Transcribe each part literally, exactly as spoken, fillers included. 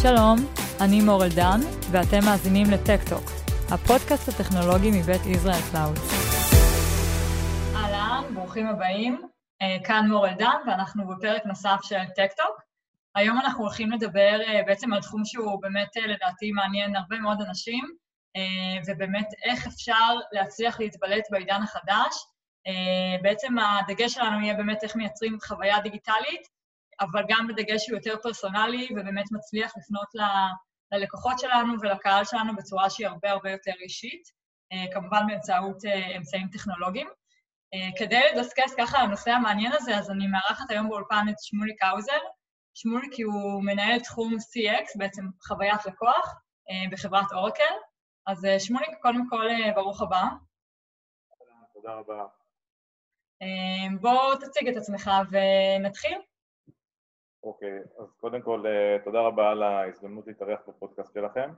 שלום, אני מורל דן, ואתם מאזינים לטק-טוק, הפודקאסט הטכנולוגי מבית ישראל קלאוד. אהלן, ברוכים הבאים. כאן מורל דן, ואנחנו בפרק נוסף של טק-טוק. היום אנחנו הולכים לדבר בעצם על תחום שהוא באמת לדעתי מעניין הרבה מאוד אנשים, ובאמת איך אפשר להצליח להתבלט בעידן החדש. בעצם הדגש שלנו יהיה באמת איך מייצרים חוויה דיגיטלית, אבל גם בדגש שהוא יותר פרסונלי, ובאמת מצליח לפנות ל- ללקוחות שלנו ולקהל שלנו בצורה שהיא הרבה הרבה יותר אישית, כמובן באמצעות אמצעים טכנולוגיים. כדי לדסקס ככה על הנושא המעניין הזה, אז אני מארחת היום באולפן את שמוליק האוזר. שמוליק הוא מנהל תחום סי אקס, בעצם חוויית לקוח, בחברת אורקל. אז שמוליק, קודם כל, ברוך הבא. תודה רבה. בוא תציג את עצמך ונתחיל. אוקיי, אז קודם כל, תודה רבה על ההזדמנות להתארח בפודקאסט שלכם.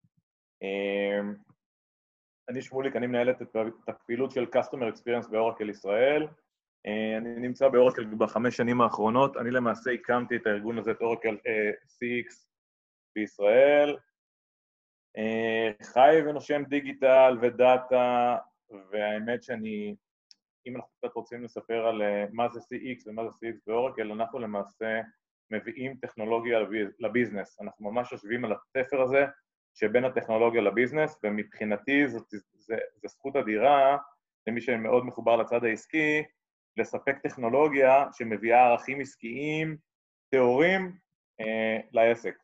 אני שמוליק, אני מנהלת את הפעילות של Customer Experience באורקל ישראל. אני נמצא באורקל בחמש שנים האחרונות. אני למעשה הקמתי את הארגון הזה, את אורקל סי אקס בישראל. חי ונושם דיגיטל ודאטה, והאמת שאני, אם אנחנו קצת רוצים לספר על מה זה סי אקס ומה זה סי אקס באורקל, אנחנו למעשה מביאים טכנולוגיה לביזנס. אנחנו ממש יושבים על התפר הזה שבין הטכנולוגיה לביזנס, ומבחינתי זו, זו, זו זכות אדירה למי שמאוד מחובר לצד העסקי, לספק טכנולוגיה שמביאה ערכים עסקיים, תיאורים אה, לעסק.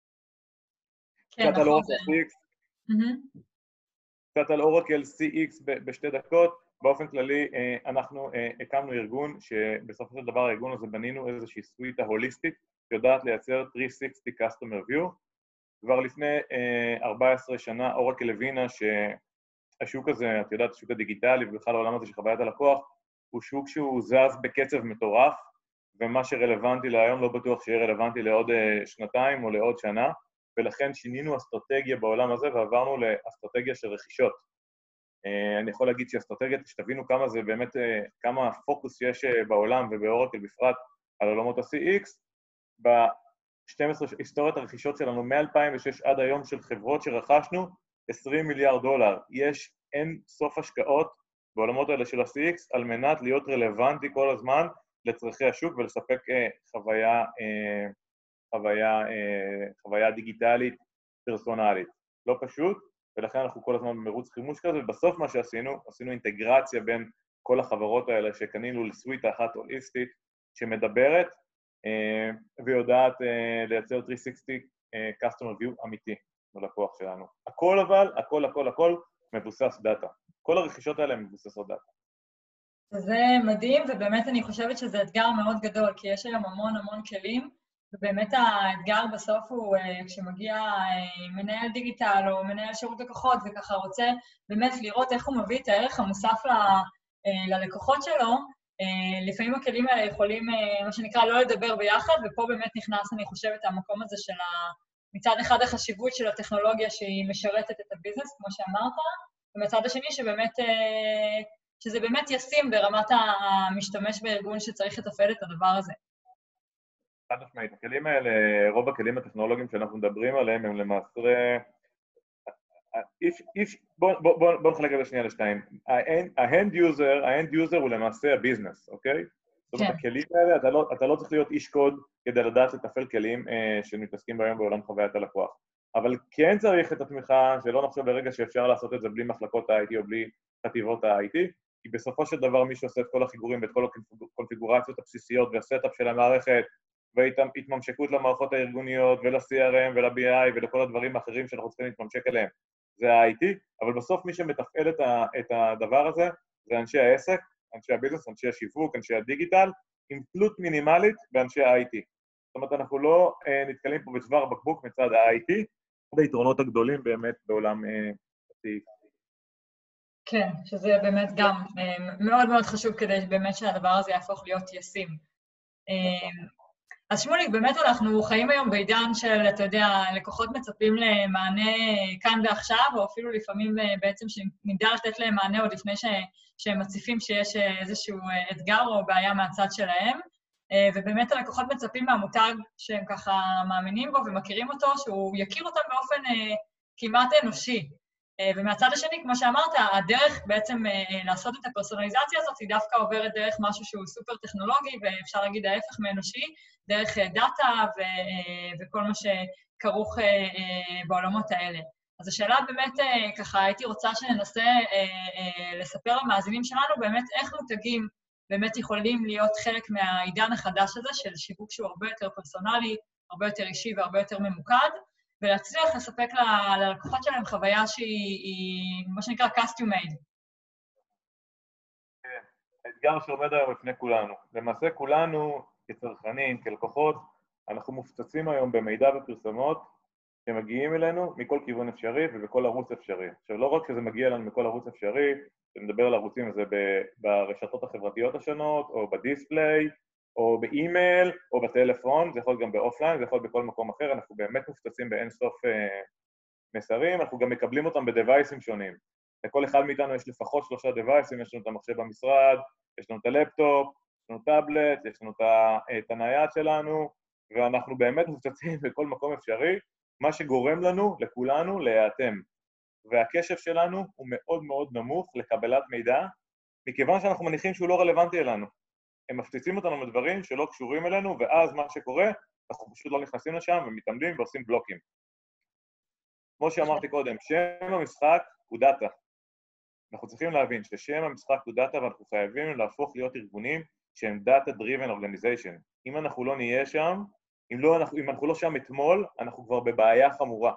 כן, קצת על אורקל סי אקס, mm-hmm. קצת על אורקל סי אקס בשתי דקות. באופן כללי, אנחנו הקמנו ארגון שבסופו של דבר הארגון הזה בנינו איזושהי סוויטה הוליסטית שיודעת לייצר שלוש מאות שישים Customer View. כבר לפני ארבע עשרה שנה אורקל הבינה שהשוק הזה, את יודעת, השוק הדיגיטלי ובכלל העולם הזה של חוויית הלקוח, הוא שוק שהוא זז בקצב מטורף, ומה שרלוונטי להיום לא בטוח שיהיה רלוונטי לעוד שנתיים או לעוד שנה, ולכן שינינו אסטרטגיה בעולם הזה ועברנו לאסטרטגיה של רכישות. אני יכול להגיד שהאסטרטגיה, שתבינו כמה זה באמת, כמה פוקוס יש בעולם ובאורקל בפרט על עולמות ה-סי אקס, ב-שתים עשרה היסטוריית הרכישות שלנו מ-אלפיים ושש עד היום של חברות שרכשנו עשרים מיליארד דולר. יש אין סוף השקעות בעולמות האלה של ה-סי אקס על מנת להיות רלוונטי כל הזמן לצרכי השוק ולספק חוויה, חוויה, חוויה דיגיטלית פרסונלית. לא פשוט. ולכן אנחנו כל הזמן במרוץ חימוש כזה, ובסוף מה שעשינו, עשינו אינטגרציה בין כל החברות האלה שקנינו לסוויטה אחת הוליסטית, שמדברת אה, ויודעת אה, לייצר שלוש מאות שישים אה, Customer View אמיתי בלקוח שלנו. הכל אבל, הכל, הכל, הכל מבוסס דאטה. כל הרכישות האלה מבוססות דאטה. זה מדהים, ובאמת אני חושבת שזה אתגר מאוד גדול, כי יש היום המון המון כלים, ובאמת האתגר בסוף הוא כשמגיע מנהל דיגיטל או מנהל שירות לקוחות וככה רוצה באמת לראות איך הוא מביא את הערך המוסף ל- ללקוחות שלו, לפעמים הכלים האלה יכולים, מה שנקרא, לא לדבר ביחד, ופה באמת נכנס, אני חושבת, המקום הזה של מצד אחד החשיבות של הטכנולוגיה שהיא משרתת את הביזנס, כמו שאמרת, ומצד השני שבאמת, שזה באמת ישים ברמת המשתמש בארגון שצריך לתפעל את הדבר הזה. חד משמעית, הכלים האלה, רוב הכלים הטכנולוגיים שאנחנו מדברים עליהם הם למעשה, בואו בוא, בוא, בוא נחלק את זה שנייה לשתיים. ה-end user, ה-end user הוא למעשה הביזנס, אוקיי? זאת אומרת, הכלים האלה, אתה לא, אתה לא צריך להיות איש קוד כדי לדעת לתפעל כלים אה, שמתעסקים בהם בעולם חוויית הלקוח. אבל כן צריך את התמיכה, שלא נחשוב לרגע שאפשר לעשות את זה בלי מחלקות ה-איי טי או בלי חטיבות ה-איי טי, כי בסופו של דבר מי שעושה את כל החיבורים ואת כל הקונפיגורציות הבסיסיות והסטאפ של המערכת, והתממשקות למערכות הארגוניות ול-סי אר אם ול-בי איי ולכל הדברים האחרים שאנחנו צריכים להתממשק אליהם, זה ה-איי טי, אבל בסוף מי שמתפעל את, ה- את הדבר הזה זה אנשי העסק, אנשי הביזנס, אנשי השיווק, אנשי הדיגיטל, עם תלות מינימלית באנשי ה-איי טי. זאת אומרת, אנחנו לא אה, נתקלים פה בצוואר בקבוק מצד ה-איי טי, אחד היתרונות הגדולים באמת בעולם ה-סי אקס. אה, כן, שזה באמת גם אה, מאוד מאוד חשוב כדי באמת שהדבר הזה יהפוך להיות ישים. אה, אז שמוליק, באמת אנחנו חיים היום בעידן של, אתה יודע, לקוחות מצפים למענה כאן ועכשיו, או אפילו לפעמים בעצם שנדע לתת להם מענה עוד לפני ש... שהם מציפים שיש איזשהו אתגר או בעיה מהצד שלהם. ובאמת הלקוחות מצפים מהמותג שהם ככה מאמינים בו ומכירים אותו, שהוא יכיר אותם באופן כמעט אנושי. ומהצד השני, כמו שאמרת, הדרך בעצם לעשות את הפרסונליזציה הזאת היא דווקא עוברת דרך משהו שהוא סופר טכנולוגי, ואפשר להגיד ההפך מאנושי, דרך דאטה וכל מה שכרוך בעולמות האלה. אז השאלה באמת, ככה, הייתי רוצה שננסה לספר למאזינים שלנו באמת איך מותגים באמת יכולים להיות חלק מהעידן החדש הזה של שיווק שהוא הרבה יותר פרסונלי, הרבה יותר אישי והרבה יותר ממוקד, ולהצליח לספק ל- ללקוחות שלהם חוויה שהיא, מה שנקרא, custom made. כן, האתגר שעומד היום בפני כולנו. למעשה כולנו כצרכנים, כלקוחות, אנחנו מופצצים היום במידע ופרסומות שמגיעים אלינו מכל כיוון אפשרי ובכל ערוץ אפשרי. עכשיו, לא רק שזה מגיע אלינו מכל ערוץ אפשרי, נדבר על ערוצים הזה ברשתות החברתיות השונות, או בדיספליי, או באימייל, או בטלפון, זה יכול גם באופליין, זה יכול בכל מקום אחר, אנחנו באמת מופצצים באין סוף אה, מסרים, אנחנו גם מקבלים אותם בדווייסים שונים. לכל אחד מאיתנו יש לפחות שלושה דווייסים, יש לנו את המחשב במשרד, יש לנו את הלפטופ, יש לנו טאבלט, יש לנו את הנייד שלנו, ואנחנו באמת מופצצים בכל מקום אפשרי, מה שגורם לנו, לכולנו, להיאטם. והקשב שלנו הוא מאוד מאוד נמוך לקבלת מידע, מכיוון שאנחנו מניחים שהוא לא רלוונטי אלינו. הם מפציצים אותנו מדברים שלא קשורים אלינו, ואז מה שקורה, אנחנו פשוט לא נכנסים לשם ומתעמדים ועושים בלוקים. כמו שאמרתי קודם, שם המשחק הוא דאטה. אנחנו צריכים להבין ששם המשחק הוא דאטה, ואנחנו חייבים להפוך להיות ארגונים שהם data-driven organization. אם אנחנו לא נהיה שם, אם, לא, אנחנו, אם אנחנו לא שם אתמול, אנחנו כבר בבעיה חמורה.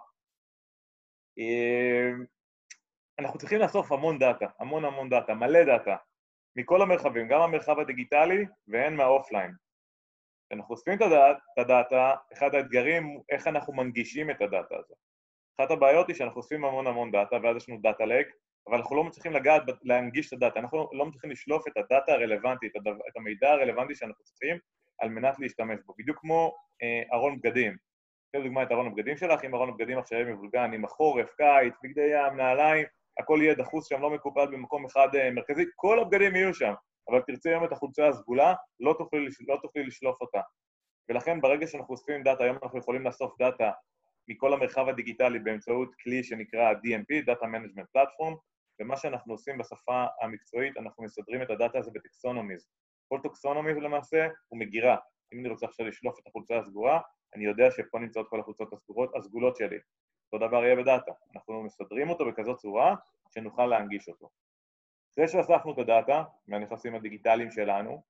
אנחנו צריכים לאסוף המון דאטה, המון המון דאטה, מלא דאטה, מכל המרחבים, גם המרחב הדיגיטלי והן מהאופליין. כשאנחנו אוספים את הדאטה, אחד האתגרים הוא איך אנחנו מנגישים את הדאטה הזה. אחת הבעיות היא שאנחנו אוספים המון המון דאטה, ואז יש לנו דאטה לייק, אבל אנחנו לא מצליחים לגעת, להנגיש את הדאטה, אנחנו לא מצליחים לשלוף את הדאטה הרלוונטי, את המידע הרלוונטי שאנחנו צריכים, על מנת להשתמש בו, בדיוק כמו אה, ארון בגדים. תראו דוגמה את ארון הבגדים שלך, אם ארון הבגדים עכשיו יהיה מבולגן עם החורף, קיץ, בגדי ים, נעליים, הכל יהיה דחוס שם, לא מקופל במקום אחד מרכזי, כל הבגדים יהיו שם, אבל תרצי היום את החולצה הסגולה, לא תוכלי, לא תוכלי לשלוף אותה. ולכן ברגע שאנחנו אוספים דאטה, היום אנחנו יכולים לאסוף דאטה מכל המרחב הדיגיטלי באמצעות כלי שנקרא די אם פי, Data Management Platform, ומה שאנחנו עושים בשפה המקצועית, אנחנו מסדרים את הדאטה הזה בטקסונומיז. כל טקסונומיז למעשה הוא מגירה. אם אני רוצה עכשיו לשלוף את החולצה הסגורה, אני יודע שפה נמצאות כל החולצות הסגורות, הסגולות שלי. אותו דבר יהיה בדאטה. אנחנו מסדרים אותו בכזאת צורה שנוכל להנגיש אותו. אחרי שאספנו את הדאטה מהנכסים הדיגיטליים שלנו,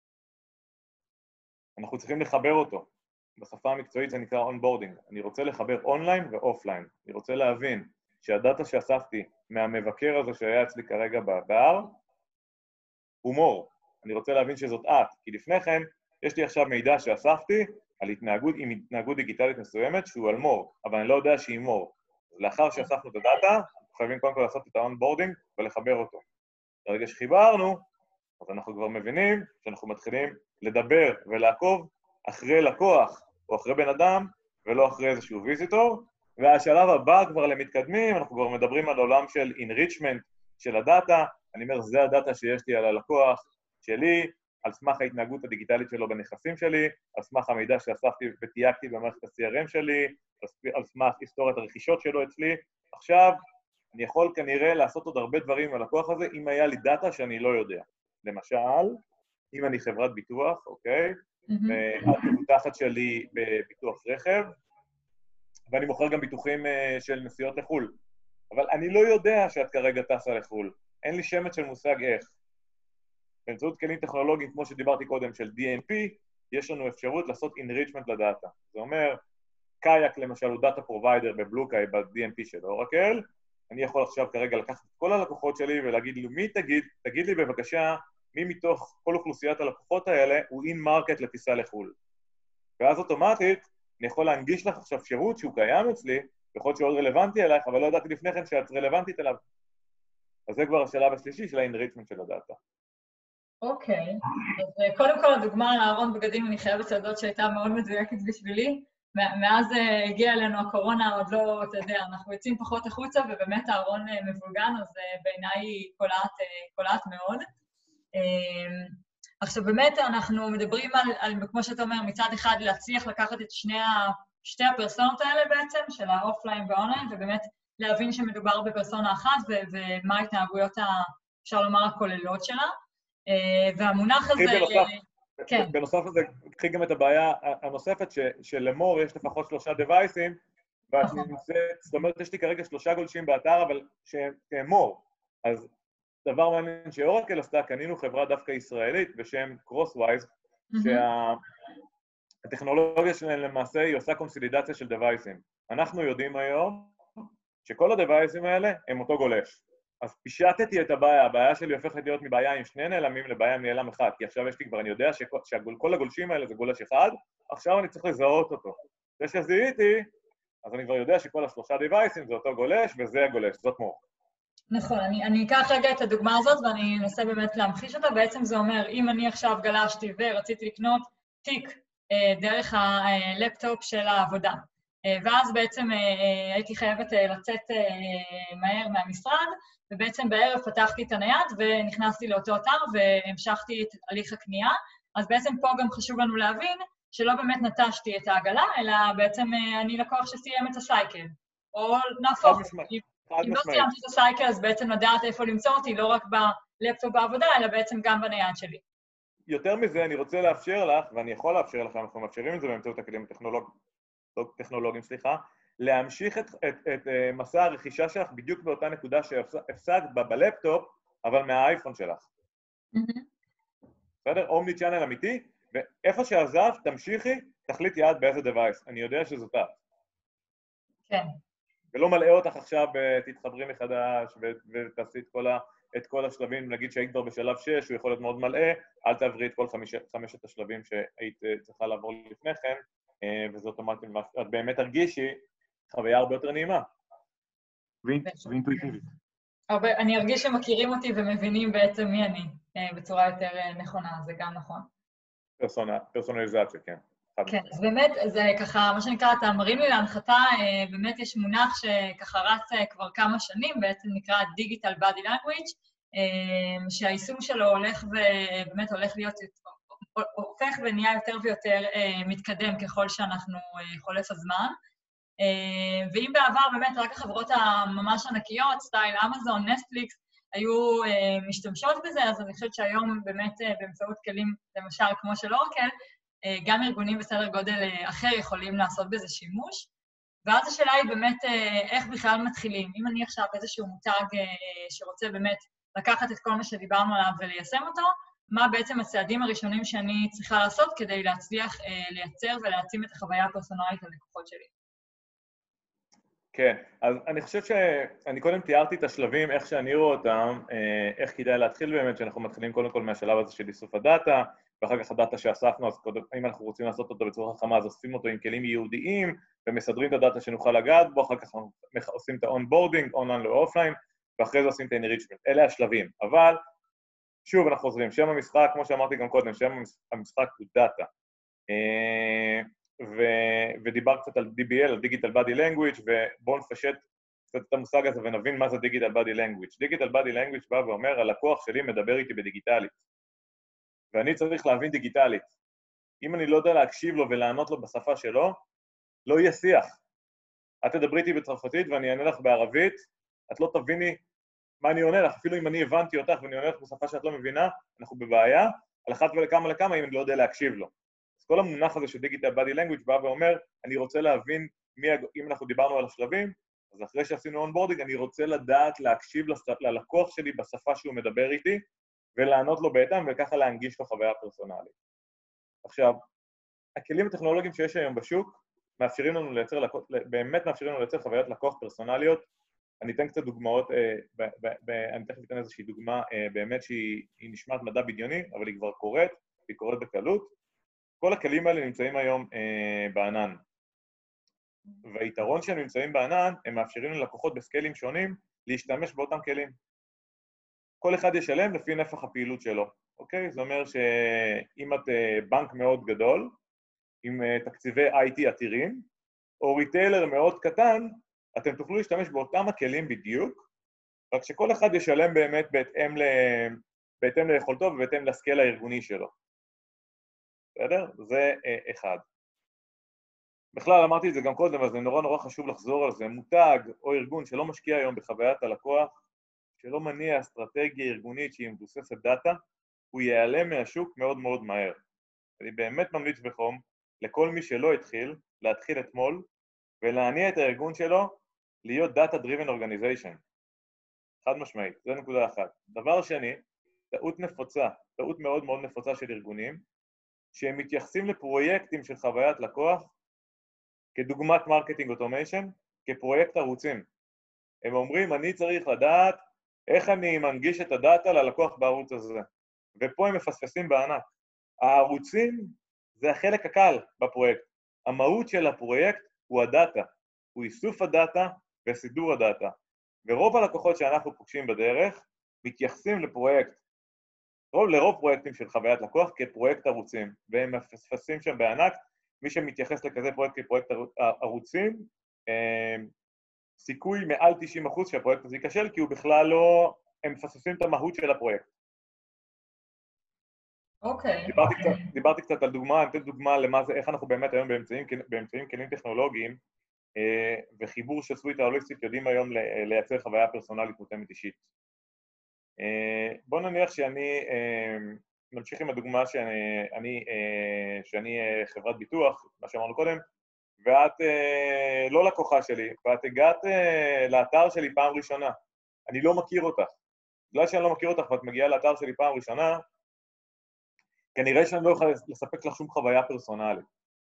אנחנו צריכים לחבר אותו. בשפה המקצועית זה נקרא אונבורדינג. אני רוצה לחבר אונליין ואופליין. אני רוצה להבין שהדאטה שאספתי מהמבקר הזה שהיה אצלי כרגע באתר, הוא מור. אני רוצה להבין שזאת את, כי לפני כן יש לי עכשיו מידע שאספתי על התנהגות, עם התנהגות דיגיטלית מסוימת שהוא על מור, אבל אני לא יודע שהיא מור. לאחר שאספנו את הדאטה, אנחנו חייבים קודם כל לעשות את האונבורדינג ולחבר אותו. ברגע שחיברנו, אז אנחנו כבר מבינים שאנחנו מתחילים לדבר ולעקוב אחרי לקוח או אחרי בן אדם, ולא אחרי איזשהו ויזיטור, והשלב הבא כבר למתקדמים, אנחנו כבר מדברים על עולם של enrichment של הדאטה, אני אומר, זה הדאטה שיש לי על הלקוח שלי, על סמך ההתנהגות הדיגיטלית שלו בנכסים שלי, על סמך המידע שאספתי ותייקתי במערכת ה-סי אר אם שלי, על סמך היסטוריית הרכישות שלו אצלי. עכשיו, אני יכול כנראה לעשות עוד הרבה דברים עם הלקוח הזה, אם היה לי דאטה שאני לא יודע. למשל, אם אני חברת ביטוח, אוקיי? ואת מבוטחת שלי בביטוח רכב, ואני מוכר גם ביטוחים של נסיעות לחו"ל. אבל אני לא יודע שאת כרגע טסה לחו"ל. אין לי שמץ של מושג איך. באמצעות כלים טכנולוגיים, כמו שדיברתי קודם, של די אם פי, יש לנו אפשרות לעשות enrichment לדאטה. זה אומר, קייק למשל הוא דאטה פרוביידר בבלוקאי, ב-די אם פי של אורקל, אני יכול עכשיו כרגע לקחת את כל הלקוחות שלי ולהגיד לי, מי תגיד, תגיד לי בבקשה, מי מתוך כל אוכלוסיית הלקוחות האלה הוא in-market לטיסה לחו"ל. ואז אוטומטית, אני יכול להנגיש לך עכשיו שירות שהוא קיים אצלי, יכול להיות שעוד רלוונטי אלייך, אבל לא ידעתי לפני כן שאת רלוונטית אליו. אז זה כבר השלב השלישי של ה-enrichment של הדאטה. אוקיי, אז קודם כל הדוגמה על הארון בגדים, אני חייבת להודות שהייתה מאוד מדויקת בשבילי. מאז הגיעה אלינו הקורונה, עוד לא, אתה יודע, אנחנו יוצאים פחות החוצה, ובאמת הארון מבולגן, אז בעיניי היא קולעת, קולעת מאוד. עכשיו באמת אנחנו מדברים על, על, כמו שאתה אומר, מצד אחד להצליח לקחת את שני ה, שתי הפרסונות האלה בעצם, של האופליין והאונליין, ובאמת להבין שמדובר בפרסונה אחת ו, ומה ההתנהגויות, ה, אפשר לומר, הכוללות שלה. והמונח הזה... בנוסף, כן. בנוסף לזה, קחי גם את הבעיה הנוספת ש, שלמור יש לפחות שלושה דווייסים, ואת נמצאת, זאת אומרת, יש לי כרגע שלושה גולשים באתר, אבל שהם מור. אז דבר מעניין שאורקל עשתה, קנינו חברה דווקא ישראלית בשם קרוסווייז, שהטכנולוגיה שלהם למעשה היא עושה קונסולידציה של דווייסים. אנחנו יודעים היום שכל הדווייסים האלה הם אותו גולש. אז פישטתי את הבעיה, הבעיה שלי הופכת להיות מבעיה עם שני נעלמים לבעיה עם נעלם אחד, כי עכשיו יש לי כבר, אני יודע שכל הגולשים האלה זה גולש אחד, עכשיו אני צריך לזהות אותו. זה שזיהיתי, אז אני כבר יודע שכל השלושה דיווייסים זה אותו גולש, וזה הגולש, זאת מור. נכון, אני, אני אקח רגע את הדוגמה הזאת ואני אנסה באמת להמחיש אותה. בעצם זה אומר, אם אני עכשיו גלשתי ורציתי לקנות תיק אה, דרך הלפטופ של העבודה, אה, ואז בעצם אה, הייתי חייבת אה, לצאת אה, מהר מהמשרד, ובעצם בערב פתחתי את הנייד ונכנסתי לאותו אתר והמשכתי את הליך הקנייה, אז בעצם פה גם חשוב לנו להבין שלא באמת נטשתי את העגלה, אלא בעצם אה, אני לקוח שסיים את הסייקל, או נהפוך. אם לא סיימתי את הסייקל, אז בעצם לדעת איפה למצוא אותי, לא רק בלפטופ בעבודה, אלא בעצם גם בנייד שלי. יותר מזה, אני רוצה לאפשר לך, ואני יכול לאפשר לך, אנחנו מאפשרים את זה באמצעות הכלים הטכנולוגיים, טכנולוגיים, סליחה, להמשיך את, את, את מסע הרכישה שלך בדיוק באותה נקודה שהפסקת בה בלפטופ, אבל מהאייפון שלך. בסדר? אומני צ'אנל אמיתי, ואיפה שעזבת, תמשיכי, תחליט יעד באיזה דווייס. אני יודע שזאת את. כן. ולא מלאה אותך עכשיו, תתחברי מחדש ותעשי את כל, ה, את כל השלבים, נגיד שהיית כבר בשלב שש, הוא יכול להיות מאוד מלאה, אל תעברי את כל חמיש, חמשת השלבים שהיית צריכה לעבור לפני כן, וזה אוטומטית, את באמת תרגישי חוויה הרבה יותר נעימה. ואינטואיטיבית. אני ארגיש שמכירים אותי ומבינים בעצם מי אני, בצורה יותר נכונה, זה גם נכון. פרסונליזציה, כן. כן, אז באמת, זה ככה, מה שנקרא, אתה מרים לי להנחתה, באמת יש מונח שככה רץ כבר כמה שנים, בעצם נקרא Digital Body Language, שהיישום שלו הולך ובאמת הולך להיות, הופך ונהיה יותר ויותר מתקדם ככל שאנחנו חולף הזמן. ואם בעבר באמת רק החברות הממש ענקיות, סטייל אמזון, נטפליקס, היו משתמשות בזה, אז אני חושבת שהיום באמת באמצעות כלים, למשל כמו של אורקל, גם ארגונים בסדר גודל אחר יכולים לעשות בזה שימוש. ואז השאלה היא באמת איך בכלל מתחילים. אם אני עכשיו איזשהו מותג שרוצה באמת לקחת את כל מה שדיברנו עליו וליישם אותו, מה בעצם הצעדים הראשונים שאני צריכה לעשות כדי להצליח לייצר ולהעצים את החוויה הפרסונלית ללקוחות שלי? כן, אז אני חושב שאני קודם תיארתי את השלבים, איך שאני רואה אותם, איך כדאי להתחיל באמת, שאנחנו מתחילים קודם כל מהשלב הזה של איסוף הדאטה, ואחר כך הדאטה שאספנו, אז קודם, אם אנחנו רוצים לעשות אותו בצורה חכמה, אז אוספים אותו עם כלים ייעודיים, ומסדרים את הדאטה שנוכל לגעת בו, אחר כך עושים את ה-onboarding, אונליין לאופליין, ואחרי זה עושים את ה-enrichment. אלה השלבים. אבל, שוב, אנחנו חוזרים, שם המשחק, כמו שאמרתי גם קודם, שם המשחק הוא דאטה. ודיבר קצת על די בי אל, על Digital Body Language, ובואו נפשט קצת את המושג הזה ונבין מה זה Digital Body Language. Digital Body Language בא ואומר, הלקוח שלי מדבר איתי בדיגיטלית. ואני צריך להבין דיגיטלית. אם אני לא יודע להקשיב לו ולענות לו בשפה שלו, לא יהיה שיח. את תדברי איתי בצרפתית ואני אענה לך בערבית, את לא תביני מה אני עונה לך, אפילו אם אני הבנתי אותך ואני עונה לך בשפה שאת לא מבינה, אנחנו בבעיה, על אחת ולכמה לכמה אם אני לא יודע להקשיב לו. אז כל המונח הזה של Digital Body Language בא ואומר, אני רוצה להבין, מי, אם אנחנו דיברנו על השלבים, אז אחרי שעשינו אונבורדינג, אני רוצה לדעת להקשיב ללקוח שלי בשפה שהוא מדבר איתי, ולענות לו בהתאם, וככה להנגיש לו חוויה פרסונלית. עכשיו, הכלים הטכנולוגיים שיש היום בשוק, מאפשרים לנו לייצר, באמת מאפשרים לנו לייצר חוויות לקוח פרסונליות. אני אתן קצת דוגמאות, ב, ב, ב, אני תכף אתן איזושהי דוגמה באמת שהיא נשמעת מדע בדיוני, אבל היא כבר קורית, היא קורית בקלות. כל הכלים האלה נמצאים היום בענן. והיתרון שהם נמצאים בענן, הם מאפשרים ללקוחות בסקיילים שונים להשתמש באותם כלים. כל אחד ישלם לפי נפח הפעילות שלו, אוקיי? זה אומר שאם את בנק מאוד גדול, עם תקציבי איי טי עתירים, או ריטיילר מאוד קטן, אתם תוכלו להשתמש באותם הכלים בדיוק, רק שכל אחד ישלם באמת בהתאם בהתאם ליכולתו ובהתאם לסקייל הארגוני שלו. בסדר? זה אחד. בכלל, אמרתי את זה גם קודם, אז זה נורא נורא חשוב לחזור על זה. מותג או ארגון שלא משקיע היום בחוויית הלקוח, שלא מניע אסטרטגיה ארגונית שהיא מבוססת דאטה, הוא ייעלם מהשוק מאוד מאוד מהר. אני באמת ממליץ בחום לכל מי שלא התחיל, להתחיל אתמול, ולהניע את הארגון שלו להיות Data Driven Organization. חד משמעית, זה נקודה אחת. דבר שני, טעות נפוצה, טעות מאוד מאוד נפוצה של ארגונים, שהם מתייחסים לפרויקטים של חוויית לקוח, כדוגמת מרקטינג אוטומיישן, כפרויקט ערוצים. הם אומרים, אני צריך לדעת איך אני מנגיש את הדאטה ללקוח בערוץ הזה. ופה הם מפספסים בענק. הערוצים זה החלק הקל בפרויקט. המהות של הפרויקט הוא הדאטה, הוא איסוף הדאטה וסידור הדאטה. ורוב הלקוחות שאנחנו פוגשים בדרך מתייחסים לפרויקט, רוב לרוב פרויקטים של חוויית לקוח כפרויקט ערוצים, והם מפספסים שם בענק. מי שמתייחס לכזה פרויקט כפרויקט ערוצים, סיכוי מעל תשעים אחוז שהפרויקט הזה ייכשל, כי הוא בכלל לא, הם מפספסים את המהות של הפרויקט. אוקיי. דיברתי קצת, דיברתי קצת על דוגמה, אני אתן דוגמה למה זה, איך אנחנו באמת היום באמצעים, באמצעים כלים טכנולוגיים, וחיבור של סוויטה הוליסטית יודעים היום לייצר חוויה פרסונלית מותאמת אישית. בוא נניח שאני, נמשיך עם הדוגמה שאני, אני, שאני חברת ביטוח, מה שאמרנו קודם, ואת לא לקוחה שלי, ואת הגעת לאתר שלי פעם ראשונה. אני לא מכיר אותך. בגלל שאני לא מכיר אותך ואת מגיעה לאתר שלי פעם ראשונה, כנראה שאני לא יכול לספק לך שום חוויה פרסונלית.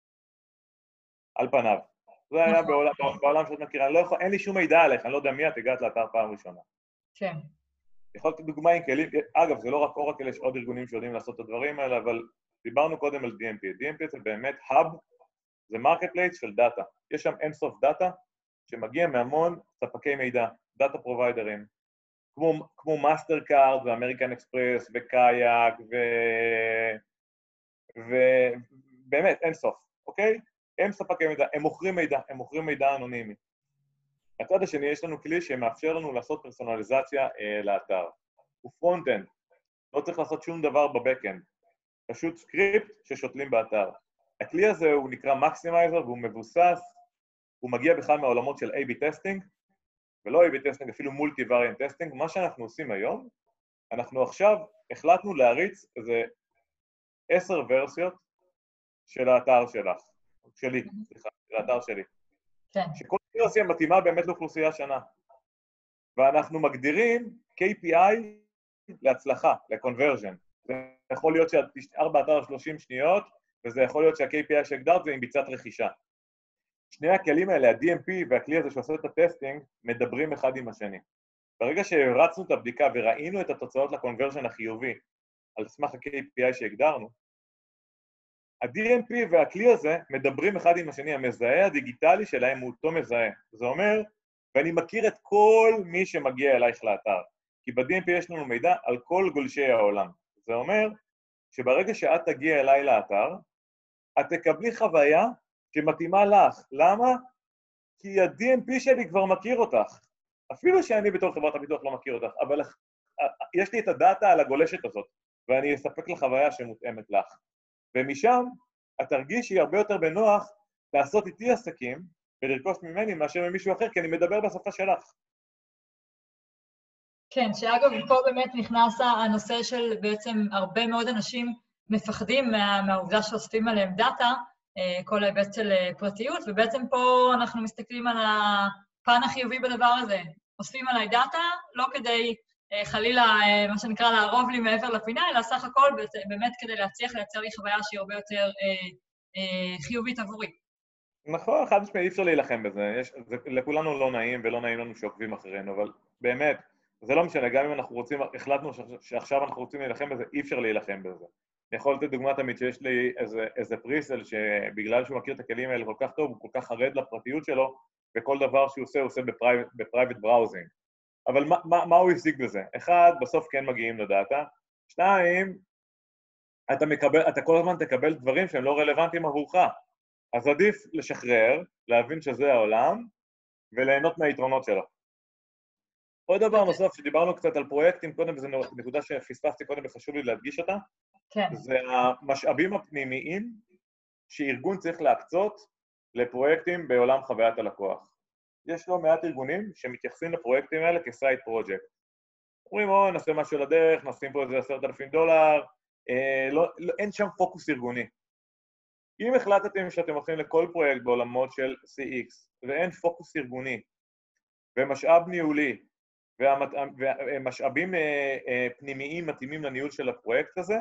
על פניו. זה היה בעולם, בעולם שאת מכירה, לא יכול, אין לי שום מידע עליך, אני לא יודע מי את הגעת לאתר פעם ראשונה. כן. יכול להיות דוגמה עם כלים, אגב, זה לא רק אורקל, יש עוד ארגונים שיודעים לעשות את הדברים האלה, אבל דיברנו קודם על די אם פי. די אם פי זה באמת האב, זה מרקטפלייס של דאטה. יש שם אינסוף דאטה שמגיע מהמון ספקי מידע, דאטה פרוביידרים, כמו, כמו מאסטר קארד ואמריקן אקספרס וקאייק ו... ובאמת אינסוף, אוקיי? הם ספקי מידע, הם מוכרים מידע, הם מוכרים מידע אנונימי. הצד השני, יש לנו כלי שמאפשר לנו לעשות פרסונליזציה אה, לאתר. הוא פרונט-אנד, לא צריך לעשות שום דבר בבק-אנד, פשוט סקריפט ששותלים באתר. הכלי הזה הוא נקרא מקסימייזר והוא מבוסס, הוא מגיע בכלל מהעולמות של איי בי טסטינג, ולא איי בי טסטינג, אפילו מולטי-וריאנט טסטינג. מה שאנחנו עושים היום, אנחנו עכשיו החלטנו להריץ איזה עשר ורסיות של האתר שלך, שלי, סליחה, של האתר שלי. כן. שכל ורסיה מתאימה באמת לאוכלוסייה שנה. ואנחנו מגדירים קיי פי איי להצלחה, לקונברז'ן. זה יכול להיות שאת תשאר באתר שלושים שניות, וזה יכול להיות שה-קיי פי איי שהגדרת זה עם ביצת רכישה. שני הכלים האלה, ה-די אם פי והכלי הזה שעושה את הטסטינג, מדברים אחד עם השני. ברגע שהרצנו את הבדיקה וראינו את התוצאות לקונברז'ן החיובי, על סמך ה-קיי פי איי שהגדרנו, ה-די אם פי והכלי הזה מדברים אחד עם השני, המזהה הדיגיטלי שלהם הוא אותו מזהה. זה אומר, ואני מכיר את כל מי שמגיע אלייך לאתר, כי ב-די אם פי יש לנו מידע על כל גולשי העולם. זה אומר שברגע שאת תגיע אליי לאתר, את תקבלי חוויה שמתאימה לך. למה? כי ה-די אם פי שלי כבר מכיר אותך. אפילו שאני בתור חברת הביטוח לא מכיר אותך, אבל יש לי את הדאטה על הגולשת הזאת, ואני אספק לך חוויה שמותאמת לך. ומשם, את תרגישי הרבה יותר בנוח לעשות איתי עסקים ולרכוש ממני מאשר ממישהו אחר, כי אני מדבר בשפה שלך. כן, שאגב, פה באמת נכנס הנושא של בעצם הרבה מאוד אנשים מפחדים מה, מהעובדה שאוספים עליהם דאטה, כל ההיבט של פרטיות, ובעצם פה אנחנו מסתכלים על הפן החיובי בדבר הזה. אוספים עליי דאטה, לא כדי חלילה, מה שנקרא, לערוב לי מעבר לפינה, אלא סך הכל באמת כדי להצליח לייצר לי חוויה שהיא הרבה יותר אה, אה, חיובית עבורי. נכון, חד משמעית, אי אפשר להילחם בזה. יש, זה, לכולנו לא נעים ולא נעים לנו שעוקבים אחרינו, אבל באמת, זה לא משנה, גם אם אנחנו רוצים, החלטנו שעכשיו אנחנו רוצים להילחם בזה, אי אפשר להילחם בזה. אני יכול לתת דוגמה תמיד שיש לי איזה, איזה פריסל שבגלל שהוא מכיר את הכלים האלה כל כך טוב, הוא כל כך חרד לפרטיות שלו, וכל דבר שהוא עושה, הוא עושה בפרייבט בראוזינג. אבל מה, מה, מה הוא השיג בזה? אחד, בסוף כן מגיעים לדאטה. שניים, אתה, מקבל, אתה כל הזמן תקבל דברים שהם לא רלוונטיים עבורך. אז עדיף לשחרר, להבין שזה העולם, וליהנות מהיתרונות שלו. עוד דבר נוסף, שדיברנו קצת על פרויקטים, קודם, וזו נקודה שפספסתי קודם וחשוב לי להדגיש אותה, כן. זה המשאבים הפנימיים שארגון צריך להקצות לפרויקטים בעולם חוויית הלקוח. יש לא מעט ארגונים שמתייחסים לפרויקטים האלה כסייד פרויקט. אומרים, או, נעשה משהו לדרך, נשים פה איזה עשרת אלפים דולר, אה, לא, לא, אין שם פוקוס ארגוני. אם החלטתם שאתם הולכים לכל פרויקט בעולמות של סי אקס, ואין פוקוס ארגוני, ומשאב ניהולי, ומשאבים פנימיים מתאימים לניהול של הפרויקט הזה,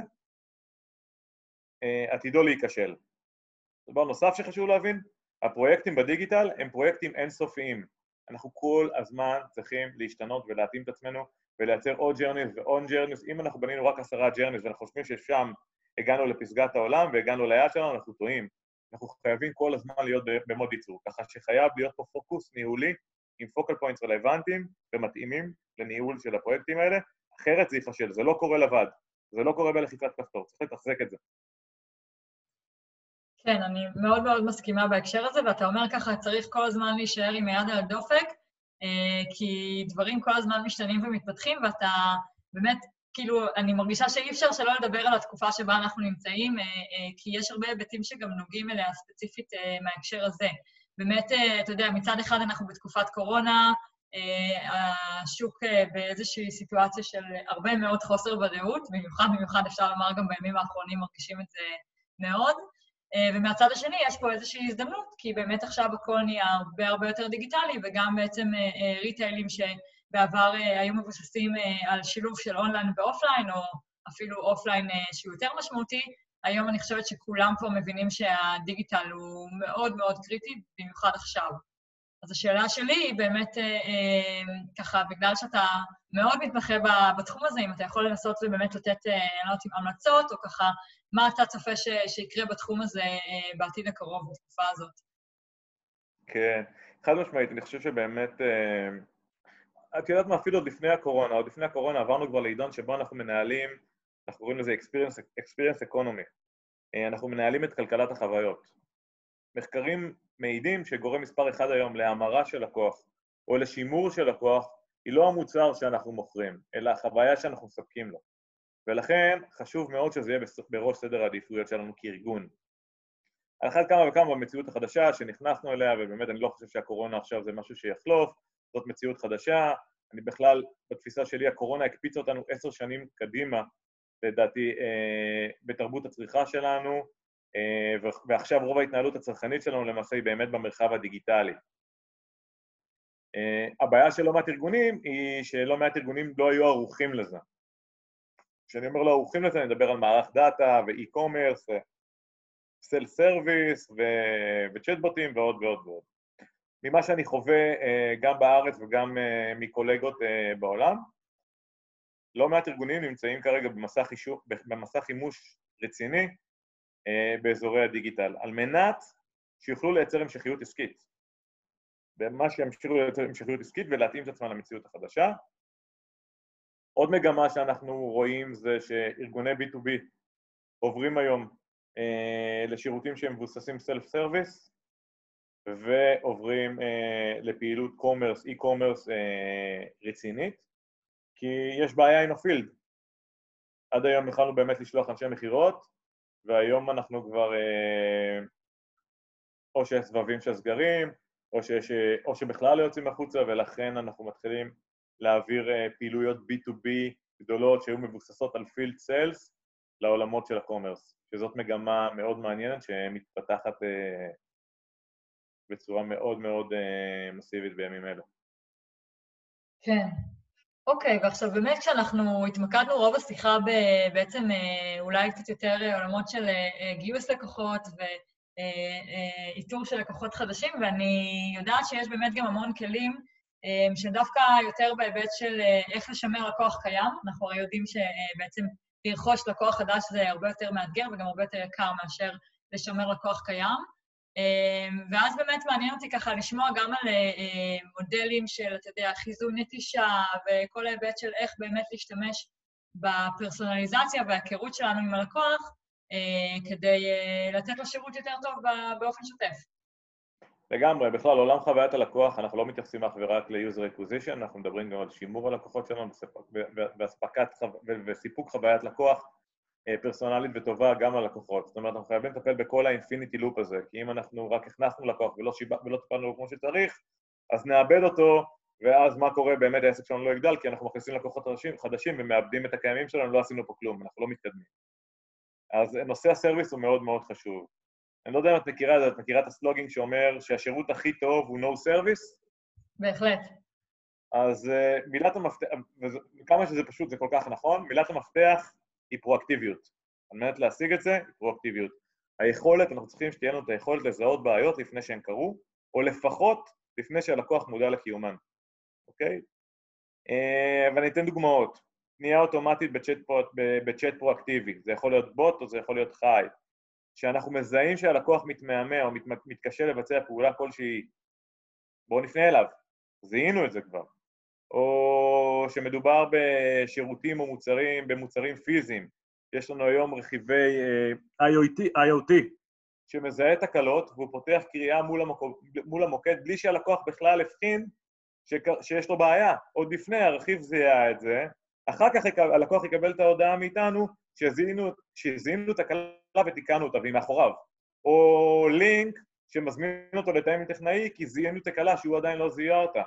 עתידו להיכשל. דבר נוסף שחשוב להבין, הפרויקטים בדיגיטל הם פרויקטים אינסופיים. אנחנו כל הזמן צריכים להשתנות ולהתאים את עצמנו ולייצר עוד ג'רניס ועוד ג'רניס. אם אנחנו בנינו רק עשרה ג'רניס ואנחנו חושבים ששם הגענו לפסגת העולם והגענו ליעד שלנו, אנחנו טועים. אנחנו חייבים כל הזמן להיות במוד ייצור, ככה שחייב להיות פה פוקוס ניהולי עם פוקל פוינטס רלוונטיים ומתאימים לניהול של הפרויקטים האלה, אחרת זה ייחשל, זה לא קורה לבד, זה לא קורה בלחיצת כפתור, צריך לתחזק את זה. כן, אני מאוד מאוד מסכימה בהקשר הזה, ואתה אומר ככה, צריך כל הזמן להישאר עם היד על הדופק, כי דברים כל הזמן משתנים ומתפתחים, ואתה באמת, כאילו, אני מרגישה שאי אפשר שלא לדבר על התקופה שבה אנחנו נמצאים, כי יש הרבה היבטים שגם נוגעים אליה ספציפית מההקשר הזה. באמת, אתה יודע, מצד אחד אנחנו בתקופת קורונה, השוק באיזושהי סיטואציה של הרבה מאוד חוסר ודאות, במיוחד במיוחד אפשר לומר גם בימים האחרונים מרגישים את זה מאוד, ומהצד השני יש פה איזושהי הזדמנות, כי באמת עכשיו הכל נהיה הרבה הרבה יותר דיגיטלי, וגם בעצם ריטיילים שבעבר היו מבוססים על שילוב של אונליין ואופליין, או אפילו אופליין שהוא יותר משמעותי, היום אני חושבת שכולם פה מבינים שהדיגיטל הוא מאוד מאוד קריטי, במיוחד עכשיו. אז השאלה שלי היא באמת, אה, ככה, בגלל שאתה מאוד מתמחה בתחום הזה, אם אתה יכול לנסות ובאמת לתת, אני לא יודעת, המלצות, או ככה, מה אתה צופה ש, שיקרה בתחום הזה אה, בעתיד הקרוב, בתקופה הזאת? כן, חד משמעית, אני חושב שבאמת, אה, את יודעת מה, אפילו עוד לפני הקורונה, עוד לפני הקורונה עברנו כבר לעידן שבו אנחנו מנהלים, אנחנו קוראים לזה experience, experience economy. אה, אנחנו מנהלים את כלכלת החוויות. מחקרים מעידים שגורם מספר אחד היום להמרה של לקוח או לשימור של לקוח היא לא המוצר שאנחנו מוכרים, אלא החוויה שאנחנו מספקים לו. ולכן חשוב מאוד שזה יהיה בראש סדר העדיפויות שלנו כארגון. על אחת כמה וכמה במציאות החדשה שנכנסנו אליה, ובאמת אני לא חושב שהקורונה עכשיו זה משהו שיחלוף, זאת מציאות חדשה. אני בכלל, בתפיסה שלי, הקורונה הקפיצה אותנו עשר שנים קדימה, לדעתי, אה, בתרבות הצריכה שלנו, אה, ועכשיו רוב ההתנהלות הצרכנית שלנו למעשה היא באמת במרחב הדיגיטלי. אה, הבעיה של לא מעט ארגונים היא שלא מעט ארגונים לא היו ערוכים לזה. כשאני אומר לא ערוכים לזה, אני מדבר על מערך דאטה ואי-קומרס, סל סרוויס וצ'טבוטים ועוד ועוד ועוד. ממה שאני חווה גם בארץ וגם מקולגות בעולם, לא מעט ארגונים נמצאים כרגע במסך, אישור, במסך חימוש רציני באזורי הדיגיטל, על מנת שיוכלו לייצר המשכיות עסקית. במה שימשיכו לייצר המשכיות עסקית ולהתאים את עצמם למציאות החדשה. עוד מגמה שאנחנו רואים זה שארגוני בי טו בי עוברים היום אה, לשירותים שהם מבוססים סלף סרוויס, ועוברים אה, לפעילות קומרס, אי-קומרס אה, רצינית, כי יש בעיה עם הפילד. עד היום יכולנו באמת לשלוח אנשי מחירות, והיום אנחנו כבר אה, או שיש סבבים של סגרים, או, שיש, או שבכלל לא יוצאים החוצה, ולכן אנחנו מתחילים להעביר אה, פעילויות בי טו בי גדולות שהיו מבוססות על פילד סיילס לעולמות של הקומרס, שזאת מגמה מאוד מעניינת שמתפתחת אה, בצורה מאוד מאוד אה, מסיבית בימים אלו. כן. אוקיי, ועכשיו באמת כשאנחנו התמקדנו רוב השיחה בעצם אולי קצת יותר עולמות של גיוס לקוחות ואיתור של לקוחות חדשים, ואני יודעת שיש באמת גם המון כלים שדווקא יותר בהיבט של איך לשמר לקוח קיים. אנחנו הרי יודעים שבעצם לרכוש לקוח חדש זה הרבה יותר מאתגר וגם הרבה יותר יקר מאשר לשמר לקוח קיים. ואז באמת מעניין אותי ככה לשמוע גם על מודלים של, אתה יודע, חיזוי נטישה וכל ההיבט של איך באמת להשתמש בפרסונליזציה וההיכרות שלנו עם הלקוח כדי לתת לו שירות יותר טוב באופן שוטף. לגמרי, בכלל, עולם חוויית הלקוח, אנחנו לא מתייחסים אך ורק ל-user acquisition, אנחנו מדברים גם על שימור הלקוחות שלנו והספקת וסיפוק חוויית לקוח פרסונלית וטובה גם ללקוחות. זאת אומרת, אנחנו חייבים לטפל בכל ה-infinity loop הזה, כי אם אנחנו רק הכנסנו לקוח ולא, שיב... ולא טיפלנו כמו שצריך, אז נאבד אותו, ואז מה קורה? באמת העסק שלנו לא יגדל, כי אנחנו מכניסים לקוחות חדשים, חדשים ומאבדים את הקיימים שלנו, לא עשינו פה כלום, אנחנו לא מתקדמים. אז נושא הסרוויס הוא מאוד מאוד חשוב. אני לא יודע אם את מכירה את זה, את מכירה את הסלוגינג שאומר שהשירות הכי טוב הוא no service? בהחלט. אז uh, מילת המפתח, וכמה שזה פשוט, זה כל כך נכון, מילת המפתח היא פרואקטיביות. על מנת להשיג את זה, היא פרואקטיביות. היכולת, אנחנו צריכים שתהיה לנו את היכולת לזהות בעיות לפני שהן קרו, או לפחות לפני שהלקוח מודע לקיומן. אוקיי? Uh, ואני אתן דוגמאות. פנייה אוטומטית בצ'אט, בצ'אט פרואקטיבי. זה יכול להיות בוט או זה יכול להיות חי. שאנחנו מזהים שהלקוח מתמהמה או מת, מתקשה לבצע פעולה כלשהי, בואו נפנה אליו. זיהינו את זה כבר. או שמדובר בשירותים או מוצרים, במוצרים פיזיים. יש לנו היום רכיבי איי או טי, שמזהה תקלות, והוא פותח קריאה מול המוקד, מול המוקד בלי שהלקוח בכלל הבחין שיש לו בעיה. עוד לפני הרכיב זיהה את זה, אחר כך הלקוח יקבל את ההודעה מאיתנו, שזיהינו, שזיהינו את הקלה ותיקנו אותה, והיא מאחוריו. או לינק שמזמין אותו לתאם עם טכנאי, כי זיהינו את הקלה שהוא עדיין לא זיהה אותה.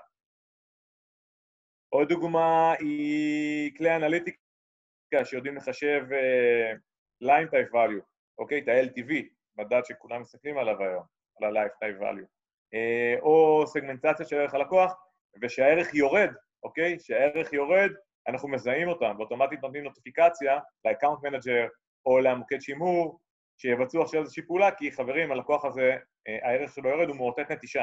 עוד דוגמה היא כלי אנליטיקה שיודעים לחשב uh, Lifetime Value, אוקיי? את ה-אל טי וי, מדד שכולם מסתכלים עליו היום, על ה-Lifetime Value. Uh, או סגמנטציה של ערך הלקוח, ושהערך יורד, אוקיי? שהערך יורד, אנחנו מזהים אותם, ואוטומטית נותנים נוטיפיקציה ל-Account Manager או למוקד שימור, שיבצעו עכשיו איזושהי פעולה, כי חברים, הלקוח הזה, uh, הערך שלו יורד, הוא מאותת נטישה.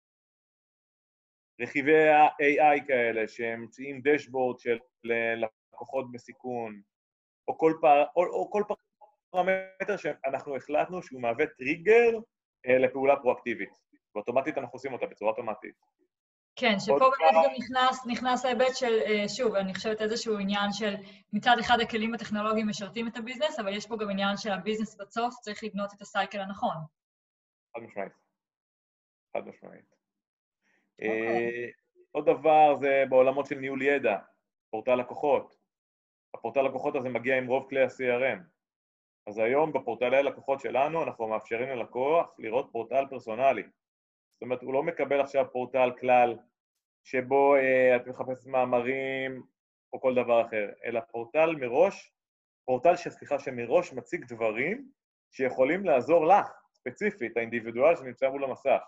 רכיבי ה-איי איי כאלה, שהם מציעים דשבורד של לקוחות בסיכון, או כל, פר, או, או כל פרמטר שאנחנו החלטנו שהוא מהווה טריגר אה, לפעולה פרואקטיבית. ואוטומטית אנחנו עושים אותה בצורה אוטומטית. כן, שפה באמת גם נכנס, נכנס להיבט של, שוב, אני חושבת איזשהו עניין של מצד אחד הכלים הטכנולוגיים משרתים את הביזנס, אבל יש פה גם עניין של הביזנס בסוף, צריך לבנות את הסייקל הנכון. חד משמעית. חד משמעית. Okay. Uh, עוד דבר זה בעולמות של ניהול ידע, פורטל לקוחות. הפורטל לקוחות הזה מגיע עם רוב כלי ה-סי אר אם. אז היום בפורטלי הלקוחות שלנו אנחנו מאפשרים ללקוח לראות פורטל פרסונלי. זאת אומרת, הוא לא מקבל עכשיו פורטל כלל שבו uh, את מחפשת מאמרים או כל דבר אחר, אלא פורטל מראש, פורטל שסליחה שמראש מציג דברים שיכולים לעזור לך, ספציפית, האינדיבידואל שנמצא מול המסך.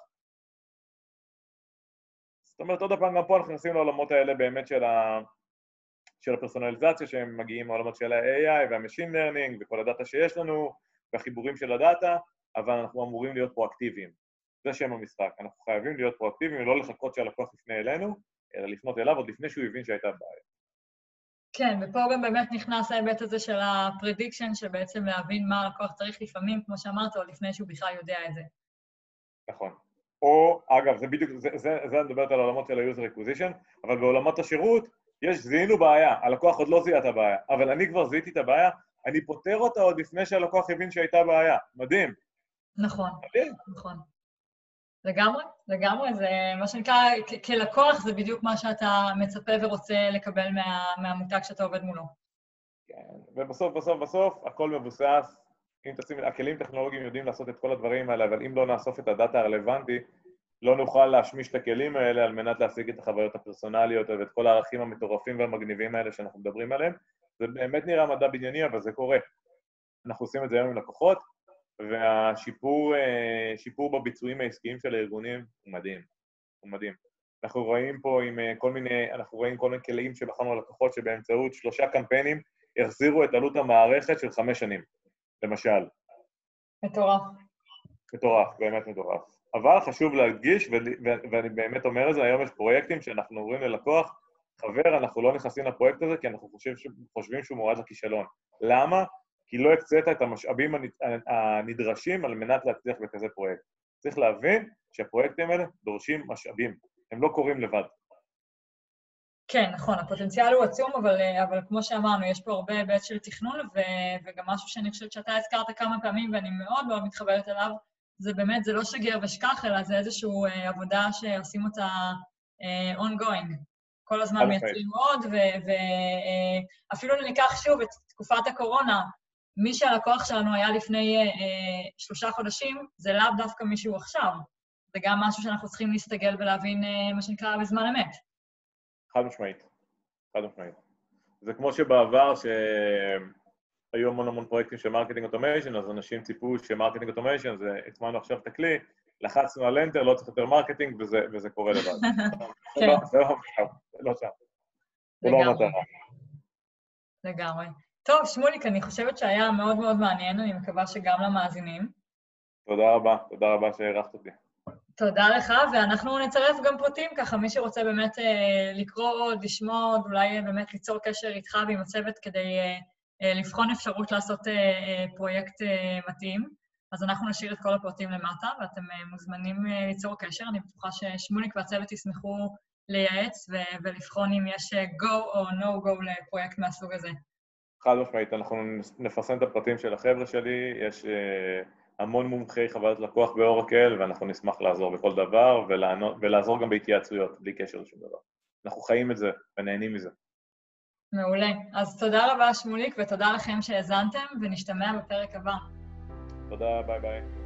זאת אומרת, עוד הפעם, גם פה אנחנו נכנסים לעולמות האלה באמת של, ה... של הפרסונליזציה, שהם מגיעים לעולמות של ה-איי איי וה-Machine Learning וכל הדאטה שיש לנו, והחיבורים של הדאטה, אבל אנחנו אמורים להיות פרואקטיביים. זה שם המשחק. אנחנו חייבים להיות פרואקטיביים ולא לחכות שהלקוח יפנה אלינו, אלא לפנות אליו עוד לפני שהוא הבין שהייתה בעיה. כן, ופה גם באמת נכנס ההיבט הזה של ה-prediction, שבעצם להבין מה הלקוח צריך לפעמים, כמו שאמרת, או לפני שהוא בכלל יודע את זה. נכון. או, אגב, זה בדיוק, זה, זה, זה אני מדברת על העולמות של ה-user acquisition, אבל בעולמות השירות, יש, זיהינו בעיה, הלקוח עוד לא זיהה את הבעיה, אבל אני כבר זיהיתי את הבעיה, אני פותר אותה עוד לפני שהלקוח הבין שהייתה בעיה. מדהים. נכון, מדהים. נכון. לגמרי, לגמרי, זה מה שנקרא, כלקוח זה בדיוק מה שאתה מצפה ורוצה לקבל מה, מהמותג שאתה עובד מולו. כן, ובסוף, בסוף, בסוף, הכל מבוסס, אם תשים, הכלים טכנולוגיים יודעים לעשות את כל הדברים האלה, אבל אם לא נאסוף את הדאטה הרלוונטי, לא נוכל להשמיש את הכלים האלה על מנת להשיג את החוויות הפרסונליות ואת כל הערכים המטורפים והמגניבים האלה שאנחנו מדברים עליהם. זה באמת נראה מדע בדיוני, אבל זה קורה. אנחנו עושים את זה היום עם לקוחות, והשיפור שיפור בביצועים העסקיים של הארגונים הוא מדהים. הוא מדהים. אנחנו רואים פה עם כל מיני, אנחנו רואים כל מיני כלים שבחרנו לקוחות שבאמצעות שלושה קמפיינים החזירו את עלות המערכת של חמש שנים, למשל. מטורף. מטורף, באמת מטורף. אבל חשוב להדגיש, ואני באמת אומר את זה, היום יש פרויקטים שאנחנו אומרים ללקוח, חבר, אנחנו לא נכנסים לפרויקט הזה, כי אנחנו חושבים, חושבים שהוא מועד לכישלון. למה? כי לא הקצת את המשאבים הנדרשים על מנת להצליח בכזה פרויקט. צריך להבין שהפרויקטים האלה דורשים משאבים, הם לא קורים לבד. כן, נכון, הפוטנציאל הוא עצום, אבל, אבל כמו שאמרנו, יש פה הרבה היבט של תכנון, ו, וגם משהו שאני חושבת שאתה הזכרת כמה פעמים, ואני מאוד מאוד מתחברת אליו, זה באמת, זה לא שגר ושכח, אלא זה איזושהי עבודה שעושים אותה ongoing. כל הזמן מייצרים עוד, ואפילו ניקח שוב את תקופת הקורונה, מי שהלקוח שלנו היה לפני שלושה חודשים, זה לאו דווקא מישהו עכשיו. זה גם משהו שאנחנו צריכים להסתגל ולהבין מה שנקרא בזמן אמת. חד משמעית, חד משמעית. זה כמו שבעבר שהיו המון המון פרויקטים של מרקטינג אוטומיישן, אז אנשים ציפו שמרקטינג אוטומיישן, זה הטמענו עכשיו את הכלי, לחצנו על אנטר, לא צריך יותר מרקטינג, וזה, וזה קורה לבד. כן. לא, זה לא שם, זה לא שם. זה לא המטרה. לגמרי. טוב, שמוליק, אני חושבת שהיה מאוד מאוד מעניין, אני מקווה שגם למאזינים. תודה רבה, תודה רבה שהערכת אותי. תודה לך, ואנחנו נצרף גם פרטים ככה, מי שרוצה באמת אה, לקרוא עוד, לשמוע עוד, אולי באמת ליצור קשר איתך ועם הצוות כדי אה, אה, לבחון אפשרות לעשות אה, אה, פרויקט אה, מתאים. אז אנחנו נשאיר את כל הפרטים למטה, ואתם אה, מוזמנים אה, ליצור קשר. אני בטוחה ששמוליק והצוות ישמחו לייעץ ו- ולבחון אם יש go או no go לפרויקט מהסוג הזה. חד משמעית, אנחנו נפרסם את הפרטים של החבר'ה שלי, יש uh, המון מומחי חוויית לקוח באורקל, ואנחנו נשמח לעזור בכל דבר, ולענות, ולעזור גם בהתייעצויות, בלי קשר לשום דבר. אנחנו חיים את זה ונהנים מזה. מעולה. אז תודה רבה, שמוליק, ותודה לכם שהאזנתם, ונשתמע בפרק הבא. תודה, ביי ביי.